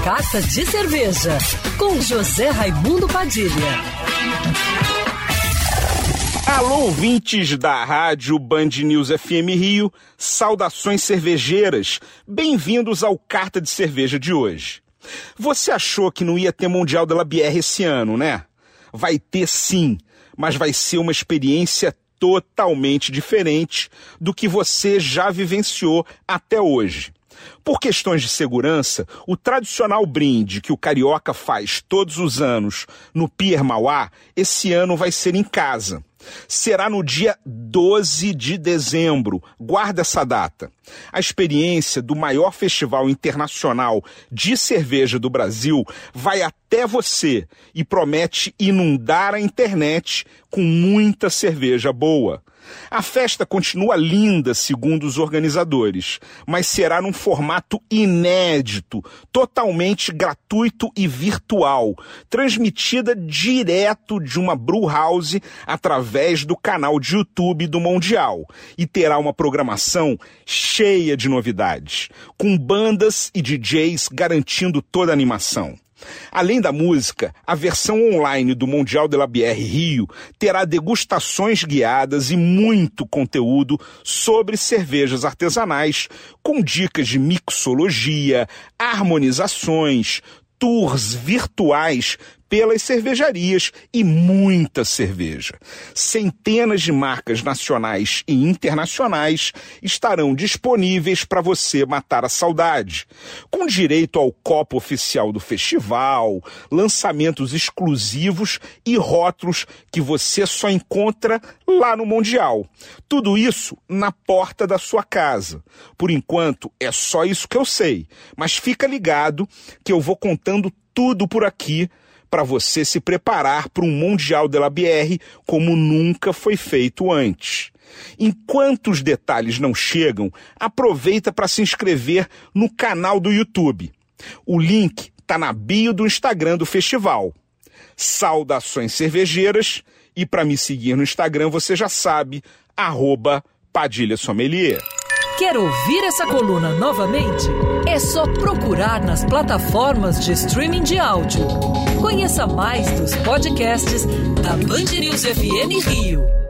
Carta de Cerveja, com José Raimundo Padilha. Alô, ouvintes da rádio Band News FM Rio, saudações cervejeiras, bem-vindos ao Carta de Cerveja de hoje. Você achou que não ia ter Mundial da Bière esse ano, né? Vai ter sim, mas vai ser uma experiência totalmente diferente do que você já vivenciou até hoje. Por questões de segurança, o tradicional brinde que o carioca faz todos os anos no Pier Mauá, esse ano vai ser em casa. Será no dia 12 de dezembro. Guarda essa data. A experiência do maior festival internacional de cerveja do Brasil vai até você e promete inundar a internet com muita cerveja boa. A festa continua linda, segundo os organizadores, mas será num formato inédito, totalmente gratuito e virtual, transmitida direto de uma brew house através do canal de YouTube do Mundial, e terá uma programação cheia de novidades, com bandas e DJs garantindo toda a animação. Além da música, a versão online do Mundial da Bière Rio terá degustações guiadas e muito conteúdo sobre cervejas artesanais, com dicas de mixologia, harmonizações, tours virtuais pelas cervejarias e muita cerveja. Centenas de marcas nacionais e internacionais estarão disponíveis para você matar a saudade, com direito ao copo oficial do festival, lançamentos exclusivos e rótulos que você só encontra lá no Mundial. Tudo isso na porta da sua casa. Por enquanto, é só isso que eu sei, mas fica ligado que eu vou contando tudo por aqui para você se preparar para um Mundial da Bière como nunca foi feito antes. Enquanto os detalhes não chegam, aproveita para se inscrever no canal do YouTube. O link está na bio do Instagram do festival. Saudações cervejeiras, e para me seguir no Instagram você já sabe, @Padilha Sommelier. Quer ouvir essa coluna novamente? É só procurar nas plataformas de streaming de áudio. Conheça mais dos podcasts da Band News FM Rio.